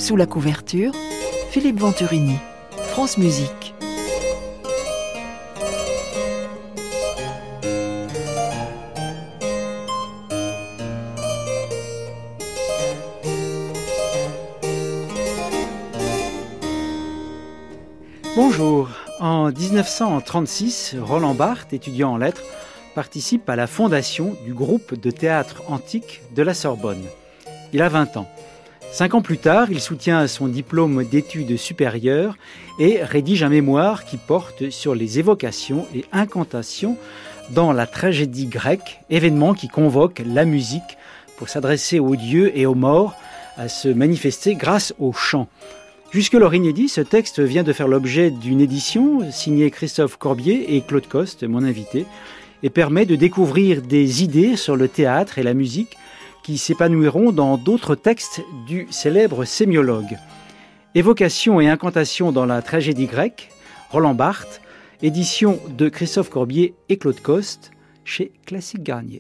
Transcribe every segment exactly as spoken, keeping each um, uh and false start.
Sous la couverture, Philippe Venturini, France Musique. Bonjour. En dix-neuf cent trente-six, Roland Barthes, étudiant en lettres, participe à la fondation du groupe de théâtre antique de la Sorbonne. Il a vingt ans. Cinq ans plus tard, il soutient son diplôme d'études supérieures et rédige un mémoire qui porte sur les évocations et incantations dans la tragédie grecque, événement qui convoque la musique pour s'adresser aux dieux et aux morts, à se manifester grâce au chant. Jusque-lors inédit, ce texte vient de faire l'objet d'une édition signée Christophe Corbier et Claude Coste, mon invité, et permet de découvrir des idées sur le théâtre et la musique qui s'épanouiront dans d'autres textes du célèbre sémiologue. Évocation et incantation dans la tragédie grecque, Roland Barthes, édition de Christophe Corbier et Claude Coste, chez Classique Garnier.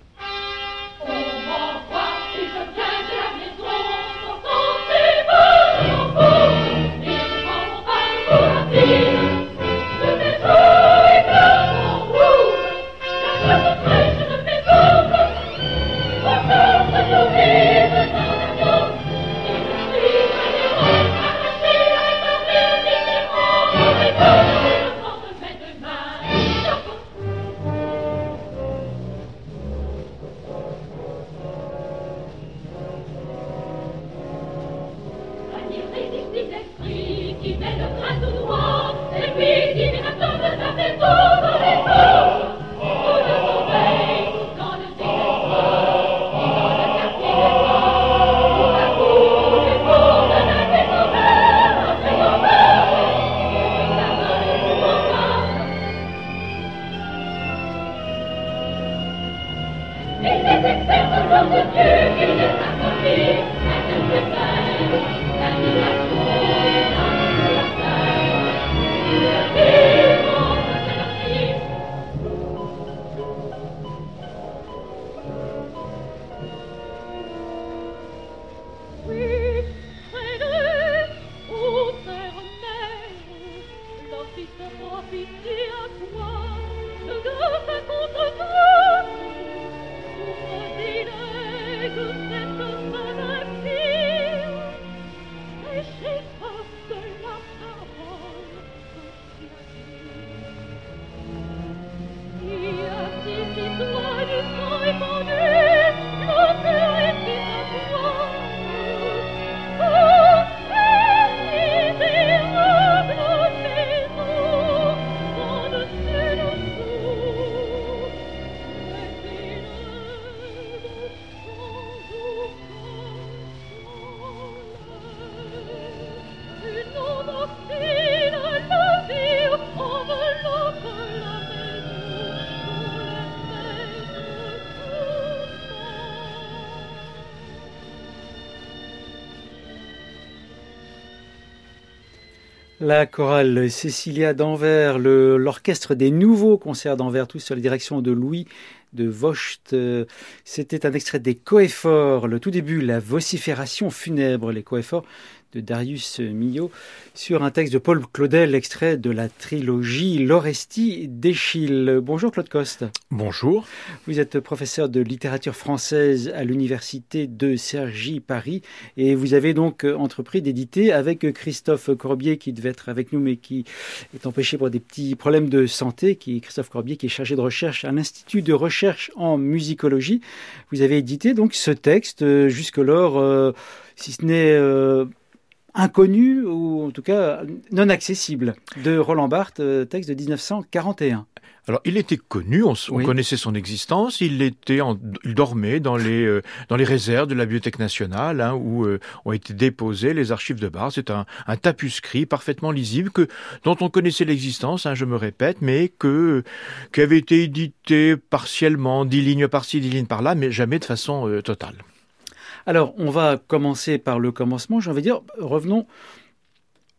La chorale Cécilia d'Anvers, le, l'orchestre des nouveaux concerts d'Anvers, tous sous la direction de Louis de Vogt. C'était un extrait des Coëphores, le tout début, la vocifération funèbre, les Coëphores de Darius Milhaud, sur un texte de Paul Claudel, extrait de la trilogie L'Orestie d'Eschyle. Bonjour Claude Coste. Bonjour. Vous êtes professeur de littérature française à l'université de Cergy, Paris, et vous avez donc entrepris d'éditer avec Christophe Corbier, qui devait être avec nous, mais qui est empêché pour des petits problèmes de santé, qui est Christophe Corbier, qui est chargé de recherche à l'Institut de recherche en musicologie. Vous avez édité donc ce texte, jusque-lors, euh, si ce n'est... Euh, inconnu, ou en tout cas non accessible, de Roland Barthes, texte de dix-neuf cent quarante et un. Alors, il était connu, on, on oui. connaissait son existence, il était, en, il dormait dans les, euh, dans les réserves de la Bibliothèque nationale, hein, où euh, ont été déposées les archives de Barthes. C'est un, un tapuscrit parfaitement lisible, que, dont on connaissait l'existence, hein, je me répète, mais que, qui avait été édité partiellement, dix lignes par-ci, dix lignes par-là, mais jamais de façon euh, totale. Alors, on va commencer par le commencement. J'ai envie de dire, revenons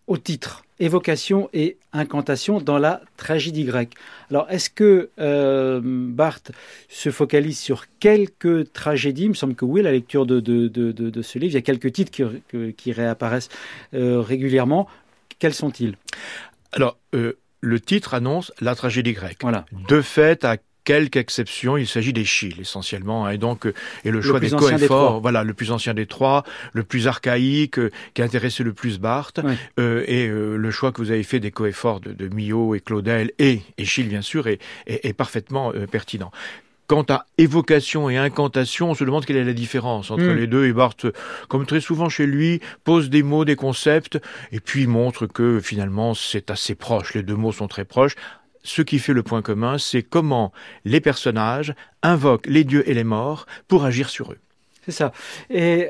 au titre, évocation et incantation dans la tragédie grecque. Alors, est-ce que euh, Barthes se focalise sur quelques tragédies? Il me semble que oui, à la lecture de, de, de, de, de ce livre, il y a quelques titres qui, qui, qui réapparaissent euh, régulièrement. Quels sont-ils? Alors, euh, le titre annonce la tragédie grecque. Voilà. De fait, à quelques exceptions, il s'agit d'Échille essentiellement, hein, et donc euh, et le choix le des coéphores, voilà, le plus ancien des trois, le plus archaïque, euh, qui a intéressé le plus Barthes, oui. euh, et euh, le choix que vous avez fait des coéphores de, de Millot et Claudel et Échille bien sûr est, est, est parfaitement euh, pertinent. Quant à évocation et incantation, on se demande quelle est la différence entre mmh. les deux. Et Barthes, comme très souvent chez lui, pose des mots, des concepts, et puis montre que finalement c'est assez proche. Les deux mots sont très proches. Ce qui fait le point commun, c'est comment les personnages invoquent les dieux et les morts pour agir sur eux. C'est ça. Et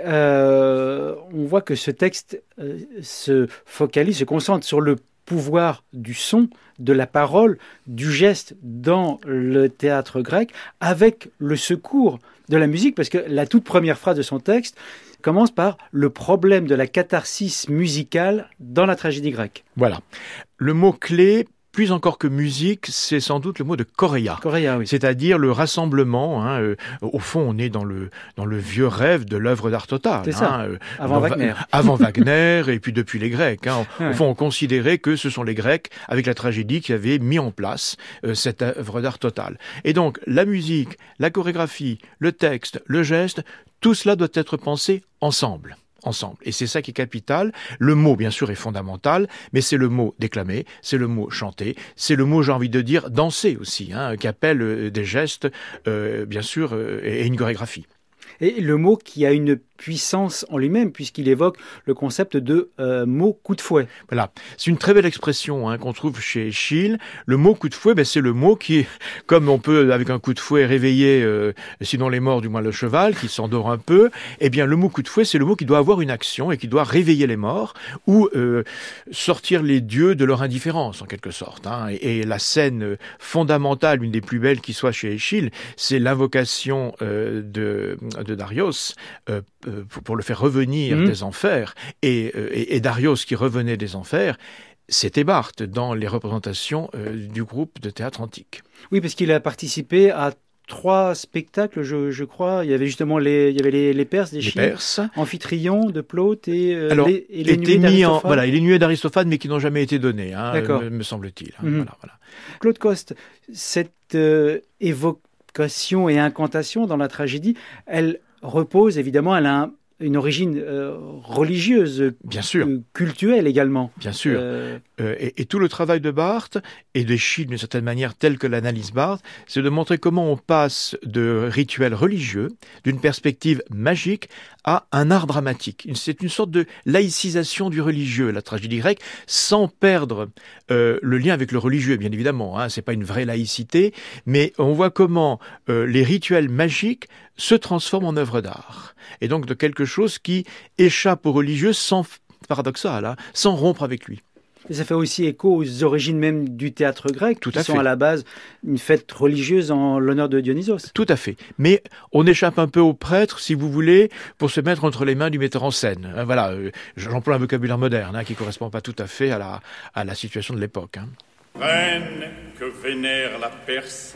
euh, on voit que ce texte euh, se focalise, se concentre sur le pouvoir du son, de la parole, du geste dans le théâtre grec, avec le secours de la musique, parce que la toute première phrase de son texte commence par le problème de la catharsis musicale dans la tragédie grecque. Voilà. Le mot-clé, plus encore que musique, c'est sans doute le mot de choréia. Choréia, oui. C'est-à-dire le rassemblement. Hein, euh, au fond, on est dans le dans le vieux rêve de l'œuvre d'art total. C'est ça. Hein, euh, avant Wagner. Avant Wagner et puis depuis les Grecs. Hein. Au ouais. fond, on considérait que ce sont les Grecs, avec la tragédie, qui avaient mis en place euh, cette œuvre d'art total. Et donc, la musique, la chorégraphie, le texte, le geste, tout cela doit être pensé ensemble. ensemble. Et c'est ça qui est capital. Le mot, bien sûr, est fondamental, mais c'est le mot déclamer, c'est le mot chanter, c'est le mot, j'ai envie de dire, danser aussi, hein, qui appelle euh, des gestes, euh, bien sûr, euh, et une chorégraphie. Et le mot qui a une puissance en lui-même, puisqu'il évoque le concept de euh, mot coup de fouet. Voilà, c'est une très belle expression hein, qu'on trouve chez Échille. Le mot coup de fouet, ben, c'est le mot qui, comme on peut avec un coup de fouet réveiller, euh, sinon les morts, du moins le cheval, qui s'endort un peu, eh bien le mot coup de fouet, c'est le mot qui doit avoir une action et qui doit réveiller les morts ou euh, sortir les dieux de leur indifférence, en quelque sorte. Hein. Et, et la scène fondamentale, une des plus belles qui soit chez Échille, c'est l'invocation euh, de, de Darios, euh, Pour, pour le faire revenir mmh. des enfers, et, et, et Darios qui revenait des enfers, c'était Barthes dans les représentations euh, du groupe de théâtre antique. Oui, parce qu'il a participé à trois spectacles, je, je crois. Il y avait justement les, il y avait les, les Perses, des Chiens, Amphitryon de Plaute et, euh, Alors, les, et les nuées d'Aristophane. Voilà, et les nuées d'Aristophane, mais qui n'ont jamais été données, hein, me, me semble-t-il. Hein, mmh. voilà, voilà. Claude Coste, cette euh, évocation et incantation dans la tragédie, elle repose évidemment, elle a un, une origine euh, religieuse, bien sûr, euh, cultuelle également. Bien sûr. Euh... Euh, et, et tout le travail de Barthes et d'Échille d'une certaine manière, tel que l'analyse Barthes, c'est de montrer comment on passe de rituels religieux, d'une perspective magique, à un art dramatique. C'est une sorte de laïcisation du religieux, la tragédie grecque, sans perdre euh, le lien avec le religieux, bien évidemment. Hein, c'est pas une vraie laïcité, mais on voit comment euh, les rituels magiques se transforment en œuvres d'art. Et donc de quelque chose qui échappe au religieux sans, paradoxal, hein, sans rompre avec lui. Et ça fait aussi écho aux origines même du théâtre grec, Tout qui à sont fait. à la base une fête religieuse en l'honneur de Dionysos. Tout à fait. Mais on échappe un peu au prêtre, si vous voulez, pour se mettre entre les mains du metteur en scène. Voilà, j'emploie un vocabulaire moderne, hein, qui ne correspond pas tout à fait à la, à la situation de l'époque. Hein. Reine que vénère la Perse,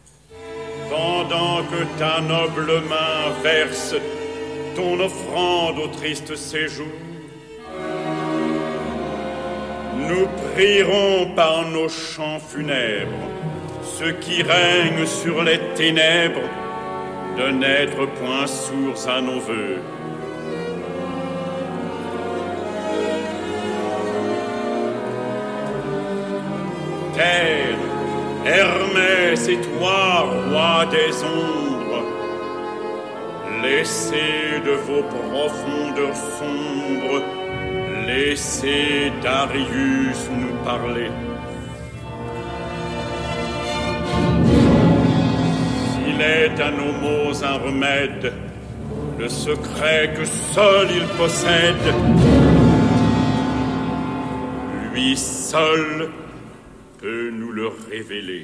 pendant que ta noble main verse ton offrande au triste séjour, nous prierons par nos chants funèbres ceux qui règnent sur les ténèbres de n'être point sourds à nos vœux. Terre, Hermès et toi, roi des ombres, laissez de vos profondeurs sombres, laissez Darius nous parler. S'il est à nos maux un remède, le secret que seul il possède, lui seul peut nous le révéler.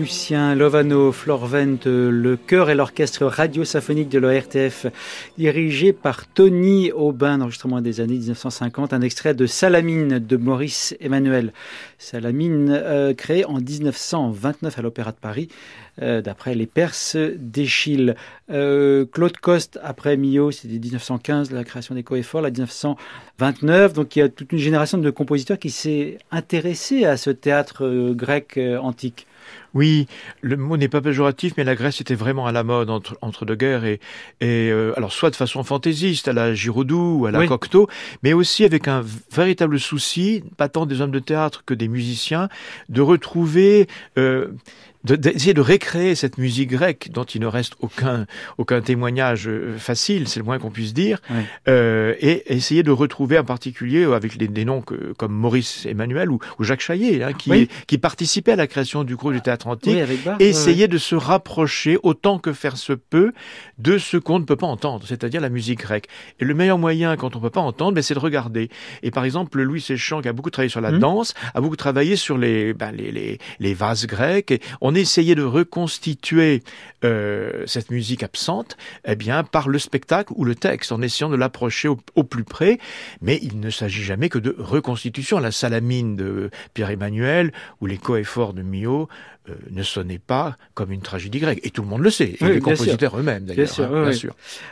Lucien Lovano, Florvent, le chœur et l'orchestre radio-symphonique de l'O R T F, dirigé par Tony Aubin, d'enregistrement des années dix-neuf cent cinquante, un extrait de Salamine de Maurice Emmanuel. Salamine, euh, créé en dix-neuf cent vingt-neuf à l'Opéra de Paris, euh, d'après les Perses d'Eschyle. Euh, Claude Coste, après Milhaud, c'était dix-neuf cent quinze, la création des coefforts, là, dix-neuf cent vingt-neuf. Donc il y a toute une génération de compositeurs qui s'est intéressée à ce théâtre euh, grec euh, antique. Oui, le mot n'est pas péjoratif, mais la Grèce était vraiment à la mode entre, entre deux guerres, et, et euh, alors soit de façon fantaisiste, à la Giraudoux ou à la oui. Cocteau, mais aussi avec un véritable souci, pas tant des hommes de théâtre que des musiciens, de retrouver... Euh, De, d'essayer de récréer cette musique grecque dont il ne reste aucun, aucun témoignage facile, c'est le moins qu'on puisse dire, oui. euh, et essayer de retrouver en particulier avec des, des noms que, comme Maurice Emmanuel ou, ou Jacques Chaillet, hein, qui, oui. qui participaient à la création du groupe du théâtre antique, oui, avec Barthes, et essayer oui. de se rapprocher autant que faire se peut de ce qu'on ne peut pas entendre, c'est-à-dire la musique grecque. Et le meilleur moyen quand on ne peut pas entendre, ben, c'est de regarder. Et par exemple, Louis Séchant, qui a beaucoup travaillé sur la mmh. danse, a beaucoup travaillé sur les, ben, les, les, les vases grecs, et on essayer de reconstituer euh, cette musique absente, eh bien, par le spectacle ou le texte, en essayant de l'approcher au, au plus près. Mais il ne s'agit jamais que de reconstitution. La Salamine de Pierre-Emmanuel ou les coefforts de Milhaud euh, ne sonnaient pas comme une tragédie grecque. Et tout le monde le sait. Et oui, les compositeurs sûr. eux-mêmes, d'ailleurs. Bien sûr. Hein, oui, bien oui. sûr.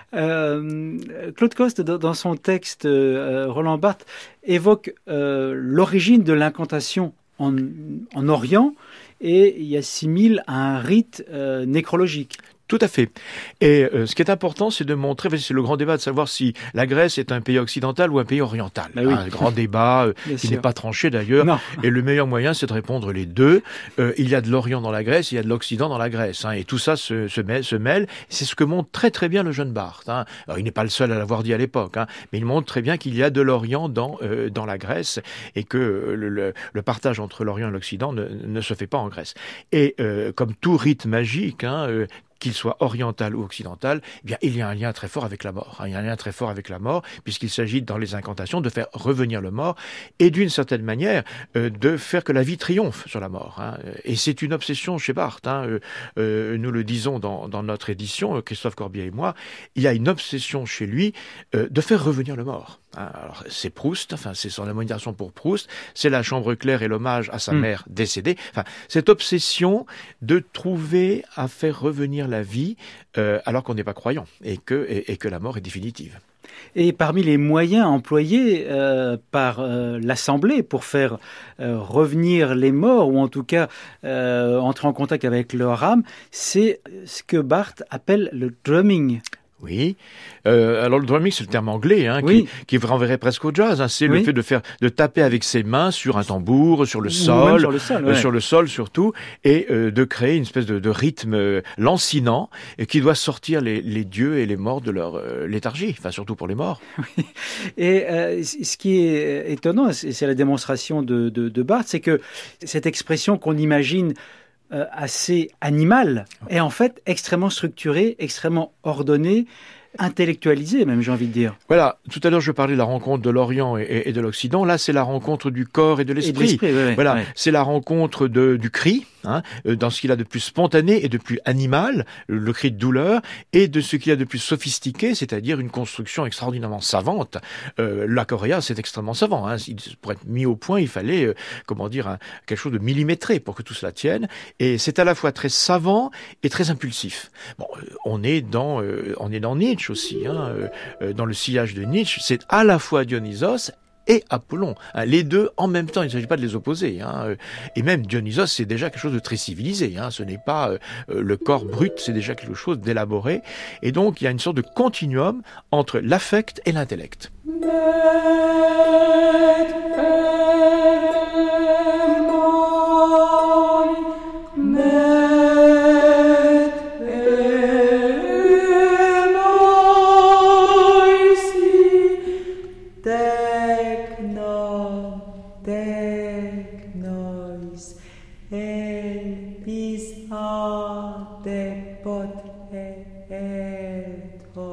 Euh, Claude Coste, dans son texte, euh, Roland Barthes évoque euh, l'origine de l'incantation en, en Orient, et il assimile à un rite euh, nécrologique. Tout à fait. Et euh, ce qui est important, c'est de montrer, c'est le grand débat de savoir si la Grèce est un pays occidental ou un pays oriental. Ben oui. Un grand débat euh, qui sûr. n'est pas tranché d'ailleurs. Non. Et le meilleur moyen, c'est de répondre les deux. Euh, il y a de l'Orient dans la Grèce, il y a de l'Occident dans la Grèce. Hein, et tout ça se, se, mêle, se mêle. C'est ce que montre très très bien le jeune Barthes. Hein. Alors, il n'est pas le seul à l'avoir dit à l'époque, hein, mais il montre très bien qu'il y a de l'Orient dans, euh, dans la Grèce et que le, le, le partage entre l'Orient et l'Occident ne, ne se fait pas en Grèce. Et euh, comme tout rite magique, hein, euh, qu'il soit oriental ou occidental, eh bien, il y a un lien très fort avec la mort. Il y a un lien très fort avec la mort, puisqu'il s'agit dans les incantations de faire revenir le mort et d'une certaine manière euh, de faire que la vie triomphe sur la mort. Hein. Et c'est une obsession chez Barthes. Hein. Euh, euh, nous le disons dans, dans notre édition, Christophe Corbier et moi, il y a une obsession chez lui euh, de faire revenir le mort. Alors, c'est Proust, enfin, c'est son admiration pour Proust, c'est la Chambre claire et l'hommage à sa mmh. mère décédée. Enfin, cette obsession de trouver à faire revenir la vie euh, alors qu'on n'est pas croyant et que, et, et que la mort est définitive. Et parmi les moyens employés euh, par euh, l'Assemblée pour faire euh, revenir les morts, ou en tout cas euh, entrer en contact avec leur âme, c'est ce que Barthes appelle le drumming. Oui. Euh, alors le drumming, c'est le terme anglais, hein, oui. qui, qui renverrait presque au jazz. Hein. C'est oui. le fait de faire, de taper avec ses mains sur un tambour, sur le sol, sur le sol, ouais. euh, sur le sol surtout, et euh, de créer une espèce de, de rythme euh, lancinant et qui doit sortir les, les dieux et les morts de leur euh, léthargie. Enfin, surtout pour les morts. Oui. Et euh, ce qui est étonnant, c'est la démonstration de, de, de Barthes, c'est que cette expression qu'on imagine Euh, assez animal est en fait extrêmement structuré, extrêmement ordonné, intellectualisé même, j'ai envie de dire. Voilà, tout à l'heure je parlais de la rencontre de l'Orient et, et de l'Occident, là c'est la rencontre du corps et de l'esprit. Et de l'esprit, oui, oui, voilà, oui. C'est la rencontre de, du cri, hein, dans ce qu'il a de plus spontané et de plus animal, le, le cri de douleur, et de ce qu'il a de plus sophistiqué, c'est-à-dire une construction extraordinairement savante. Euh, la choréa, c'est extrêmement savant. Hein. Pour être mis au point, il fallait, euh, comment dire, un, quelque chose de millimétré pour que tout cela tienne. Et c'est à la fois très savant et très impulsif. Bon, euh, on est dans, euh, on est dans Nietzsche aussi, hein, euh, dans le sillage de Nietzsche. C'est à la fois Dionysos et Apollon, hein, les deux en même temps, il ne s'agit pas de les opposer, hein, et même Dionysos c'est déjà quelque chose de très civilisé, hein, ce n'est pas euh, le corps brut, c'est déjà quelque chose d'élaboré, et donc il y a une sorte de continuum entre l'affect et l'intellect.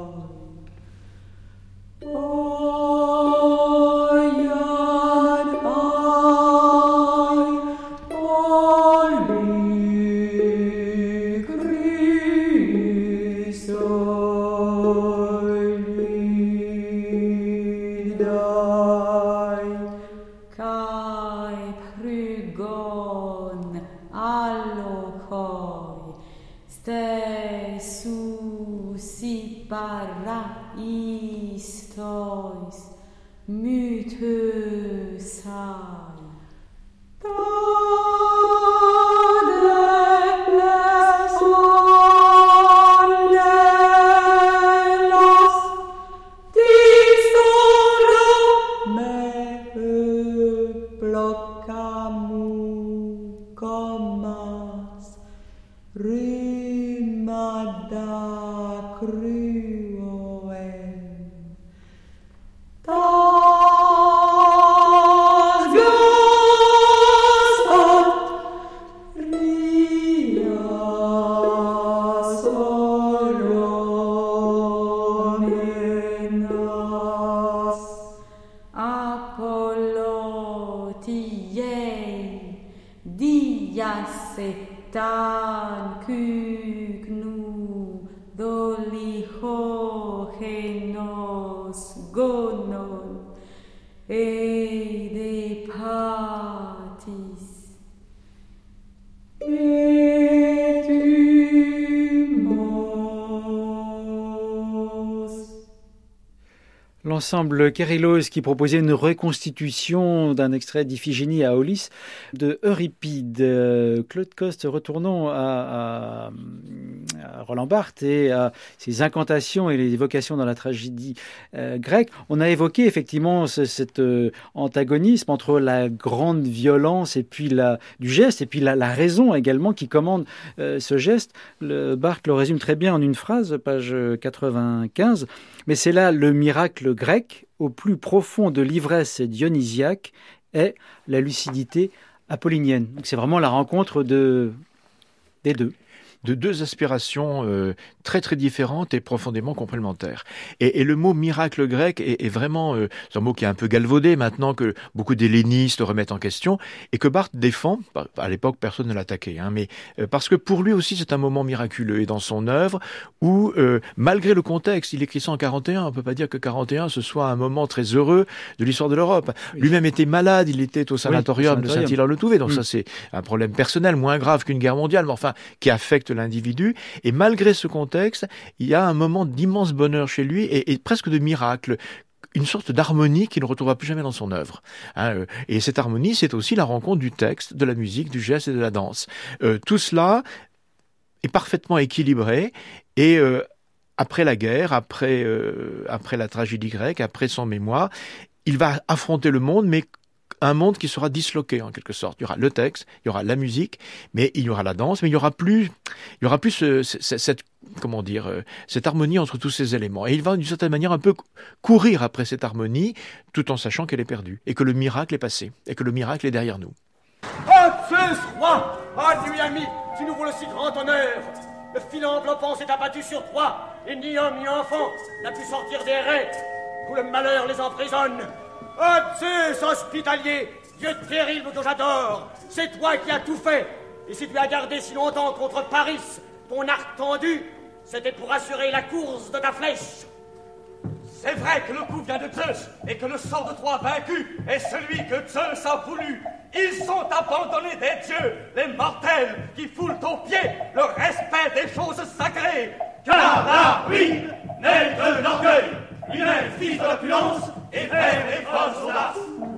Oh, yeah. paraístos muitos hay. L'ensemble Kerylos qui proposait une reconstitution d'un extrait d'Iphigénie à Aulis de Euripide. Claude Coste, retournons à, à, à Roland Barthes et à ses incantations et les évocations dans la tragédie euh, grecque. On a évoqué effectivement ce, cet euh, antagonisme entre la grande violence et puis la, du geste et puis la, la raison également qui commande euh, ce geste. Le, Barthes le résume très bien en une phrase, page quatre-vingt-quinze. Mais c'est là le miracle grec, au plus profond de l'ivresse dionysiaque, est la lucidité apollinienne. Donc c'est vraiment la rencontre de, des deux. De deux aspirations euh, très très différentes et profondément complémentaires. Et, et le mot miracle grec est, est vraiment euh, c'est un mot qui est un peu galvaudé maintenant que beaucoup d'hellénistes remettent en question et que Barthes défend. À l'époque, personne ne l'attaquait, hein, mais euh, parce que pour lui aussi c'est un moment miraculeux et dans son œuvre où euh, malgré le contexte, il écrit ça en quarante et un. On peut pas dire que quarante et un ce soit un moment très heureux de l'histoire de l'Europe. Oui. Lui-même était malade, il était au sanatorium, oui, au sanatorium. de Saint-Hilaire-le-Touvet. Donc mmh. ça c'est un problème personnel moins grave qu'une guerre mondiale, mais enfin qui affecte l'individu, et malgré ce contexte, il y a un moment d'immense bonheur chez lui et, et presque de miracle, une sorte d'harmonie qu'il ne retrouvera plus jamais dans son œuvre. Hein, et cette harmonie, c'est aussi la rencontre du texte, de la musique, du geste et de la danse. Euh, tout cela est parfaitement équilibré et euh, après la guerre, après, euh, après la tragédie grecque, après son mémoire, il va affronter le monde, mais un monde qui sera disloqué en quelque sorte. Il y aura le texte, il y aura la musique, mais il y aura la danse, mais il y aura plus, il y aura plus ce, ce, cette, comment dire, euh, cette harmonie entre tous ces éléments. Et il va d'une certaine manière un peu courir après cette harmonie, tout en sachant qu'elle est perdue et que le miracle est passé et que le miracle est derrière nous. Oh Zeus, roi, ah lui ami, tu nous vaux le si grand honneur. Le fil enveloppant s'est abattu sur toi, et ni homme ni enfant n'a pu sortir des raies. Tout le malheur les emprisonne. Oh Zeus hospitalier, Dieu terrible que j'adore, c'est toi qui as tout fait. Et si tu as gardé si longtemps contre Paris ton arc tendu, c'était pour assurer la course de ta flèche. C'est vrai que le coup vient de Zeus et que le sort de Troie vaincu est celui que Zeus a voulu. Ils sont abandonnés des dieux, les mortels qui foulent aux pieds le respect des choses sacrées. Car la ruine naît de l'orgueil, lui-même fils de l'opulence et père des folles audaces.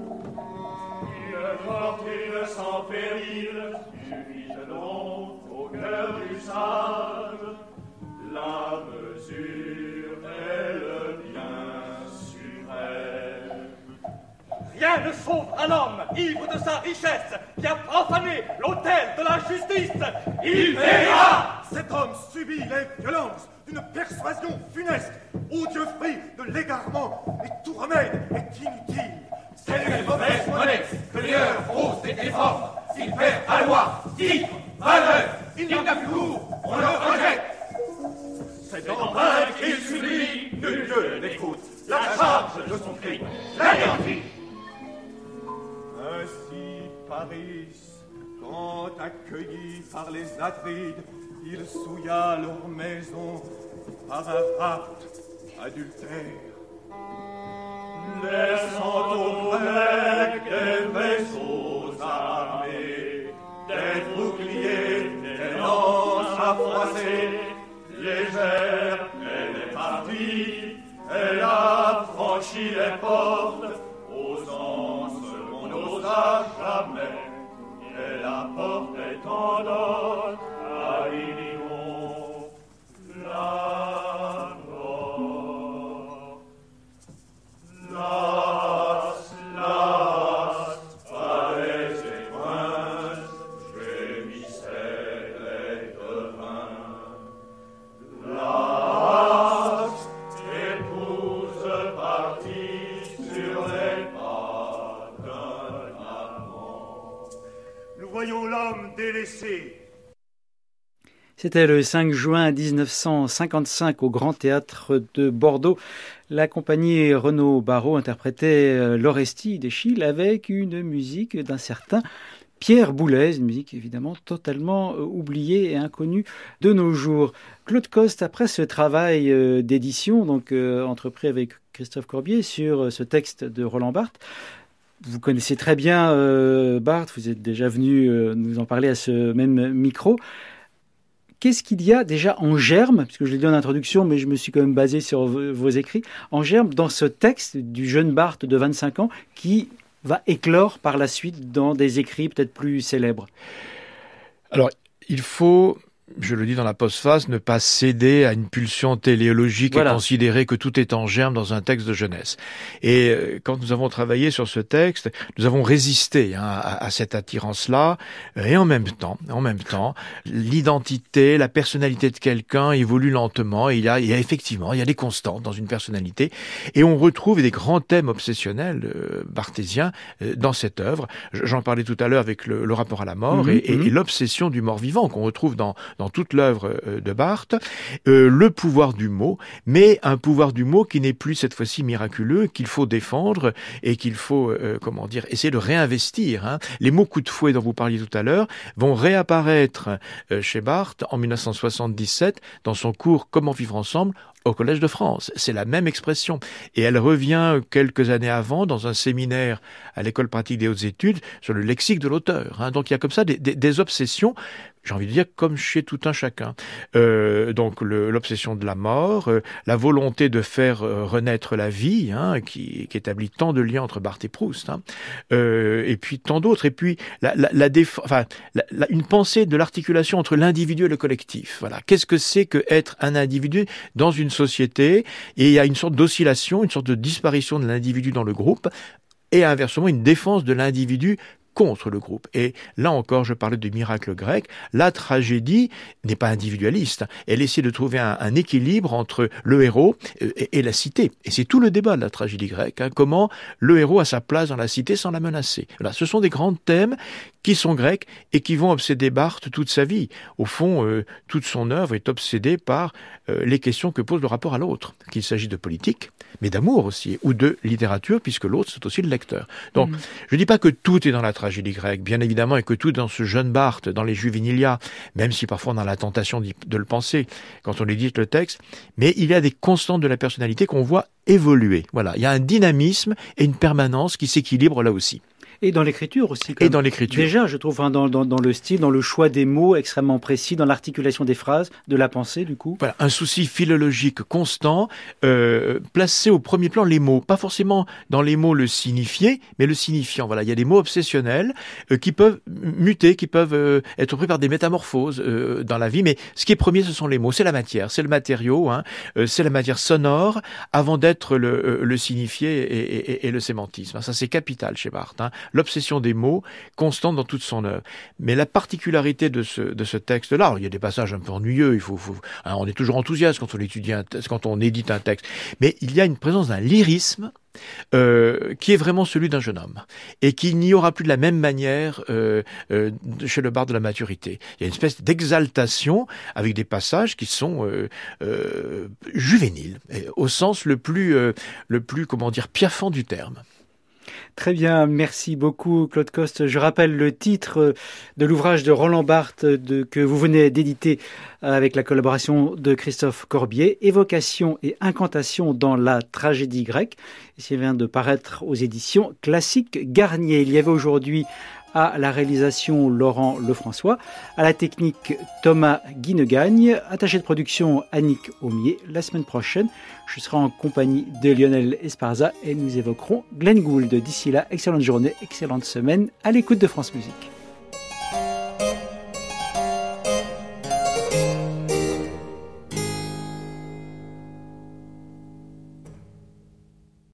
Une fortune sans péril suffit donc au cœur du sage. La mesure est le bien suprême. Rien ne sauve un homme ivre de sa richesse qui a profané l'autel de la justice. Il paiera. Cet homme subit les violences d'une persuasion funeste, odieux fruit de l'égarement, et tout remède est inutile. C'est une mauvaise monnaie que l'air fausse et déforme. S'il perd à loi, titre, valeur, il n'y en a plus cours, on le rejette. C'est en vain qu'il supplie, nul Dieu n'écoute la charge de son crime, l'anéantit. Ainsi Paris, quand accueilli par les Atrides, il souilla leur maison par un rapt adultère. Laissant aux Grecs des vaisseaux armés, des boucliers, des lances à froisser, légères, elle est partie. partie, elle a franchi les portes aux anses qu'on n'osa jamais, et la porte est en dot à Ilion, la mort. Las, las, palais et princes, gémissaient les devins. Las, épouse partie sur les pas d'un amant. Nous voyons l'homme délaissé. C'était le cinq juin dix-neuf cent cinquante-cinq au Grand Théâtre de Bordeaux. La compagnie Renaud Barrault interprétait l'Orestie d'Eschyle avec une musique d'un certain Pierre Boulez, une musique évidemment totalement oubliée et inconnue de nos jours. Claude Coste, après ce travail d'édition donc euh, entrepris avec Christophe Corbier sur ce texte de Roland Barthes, vous connaissez très bien euh, Barthes, vous êtes déjà venu euh, nous en parler à ce même micro. Qu'est-ce qu'il y a déjà en germe, puisque je l'ai dit en introduction, mais je me suis quand même basé sur vos écrits, en germe dans ce texte du jeune Barthes de vingt-cinq ans qui va éclore par la suite dans des écrits peut-être plus célèbres? Alors, il faut, je le dis dans la postface, ne pas céder à une pulsion téléologique voilà. et considérer que tout est en germe dans un texte de jeunesse. Et euh, quand nous avons travaillé sur ce texte, nous avons résisté hein, à, à cette attirance-là, et en même temps, en même temps, l'identité, la personnalité de quelqu'un évolue lentement, et il y a, il y a effectivement, il y a des constantes dans une personnalité, et on retrouve des grands thèmes obsessionnels euh, barthésiens euh, dans cette œuvre. J'en parlais tout à l'heure avec le, le rapport à la mort, mmh, et, mmh. et, et l'obsession du mort-vivant qu'on retrouve dans dans toute l'œuvre de Barthes, euh, le pouvoir du mot, mais un pouvoir du mot qui n'est plus cette fois-ci miraculeux, qu'il faut défendre et qu'il faut, euh, comment dire, essayer de réinvestir. Hein. Les mots coup de fouet dont vous parliez tout à l'heure vont réapparaître euh, chez Barthes en dix-neuf cent soixante-dix-sept dans son cours Comment vivre ensemble au Collège de France. C'est la même expression. Et elle revient quelques années avant dans un séminaire à l'École pratique des hautes études sur le lexique de l'auteur. Hein. Donc il y a comme ça des, des, des obsessions, j'ai envie de dire, comme chez tout un chacun. Euh, donc le, l'obsession de la mort, euh, la volonté de faire euh, renaître la vie, hein, qui, qui établit tant de liens entre Barthes et Proust, hein, euh, et puis tant d'autres. Et puis la, la, la déf- enfin, la, la, une pensée de l'articulation entre l'individu et le collectif. Voilà. Qu'est-ce que c'est que être un individu dans une société? Et il y a une sorte d'oscillation, une sorte de disparition de l'individu dans le groupe, et inversement une défense de l'individu contre le groupe. Et là encore, je parlais du miracle grec, la tragédie n'est pas individualiste, elle essaie de trouver un, un équilibre entre le héros et, et la cité. Et c'est tout le débat de la tragédie grecque, hein, comment le héros a sa place dans la cité sans la menacer. Voilà, ce sont des grands thèmes qui sont grecs et qui vont obséder Barthes toute sa vie. Au fond, euh, toute son œuvre est obsédée par euh, les questions que pose le rapport à l'autre, qu'il s'agit de politique, mais d'amour aussi, ou de littérature, puisque l'autre, c'est aussi le lecteur. Donc, mmh. je ne dis pas que tout est dans la tragédie grecque, bien évidemment, et que tout dans ce jeune Barthes, dans les Juvenilia, même si parfois on a la tentation de le penser quand on édite le texte, mais il y a des constantes de la personnalité qu'on voit évoluer. Voilà, il y a un dynamisme et une permanence qui s'équilibrent là aussi. Et dans l'écriture aussi. Et dans l'écriture. Déjà, je trouve, hein, dans, dans, dans le style, dans le choix des mots extrêmement précis, dans l'articulation des phrases, de la pensée, du coup. Voilà, un souci philologique constant, euh, placé au premier plan les mots. Pas forcément dans les mots le signifié, mais le signifiant. Voilà, il y a des mots obsessionnels euh, qui peuvent muter, qui peuvent euh, être pris par des métamorphoses euh, dans la vie. Mais ce qui est premier, ce sont les mots. C'est la matière, c'est le matériau, hein, euh, c'est la matière sonore avant d'être le, euh, le signifié et, et, et le sémantisme. Ça, c'est capital chez Barthes. Hein. L'obsession des mots constante dans toute son œuvre. Mais la particularité de ce, de ce texte-là, alors, il y a des passages un peu ennuyeux, il faut, faut, hein, on est toujours enthousiaste quand on étudie un texte, quand on édite un texte, mais il y a une présence d'un lyrisme euh, qui est vraiment celui d'un jeune homme et qui n'y aura plus de la même manière euh, euh, chez le Barthes de la maturité. Il y a une espèce d'exaltation avec des passages qui sont euh, euh, juvéniles, au sens le plus, euh, le plus, comment dire, piaffant du terme. Très bien, merci beaucoup Claude Coste. Je rappelle le titre de l'ouvrage de Roland Barthes de, que vous venez d'éditer avec la collaboration de Christophe Corbier, Évocation et incantation dans la tragédie grecque. Il vient de paraître aux éditions Classiques Garnier. Il y avait aujourd'hui À la réalisation, Laurent Lefrançois. À la technique, Thomas Guinegagne. Attaché de production, Annick Aumier. La semaine prochaine, je serai en compagnie de Lionel Esparza et nous évoquerons Glenn Gould. D'ici là, excellente journée, excellente semaine à l'écoute de France Musique.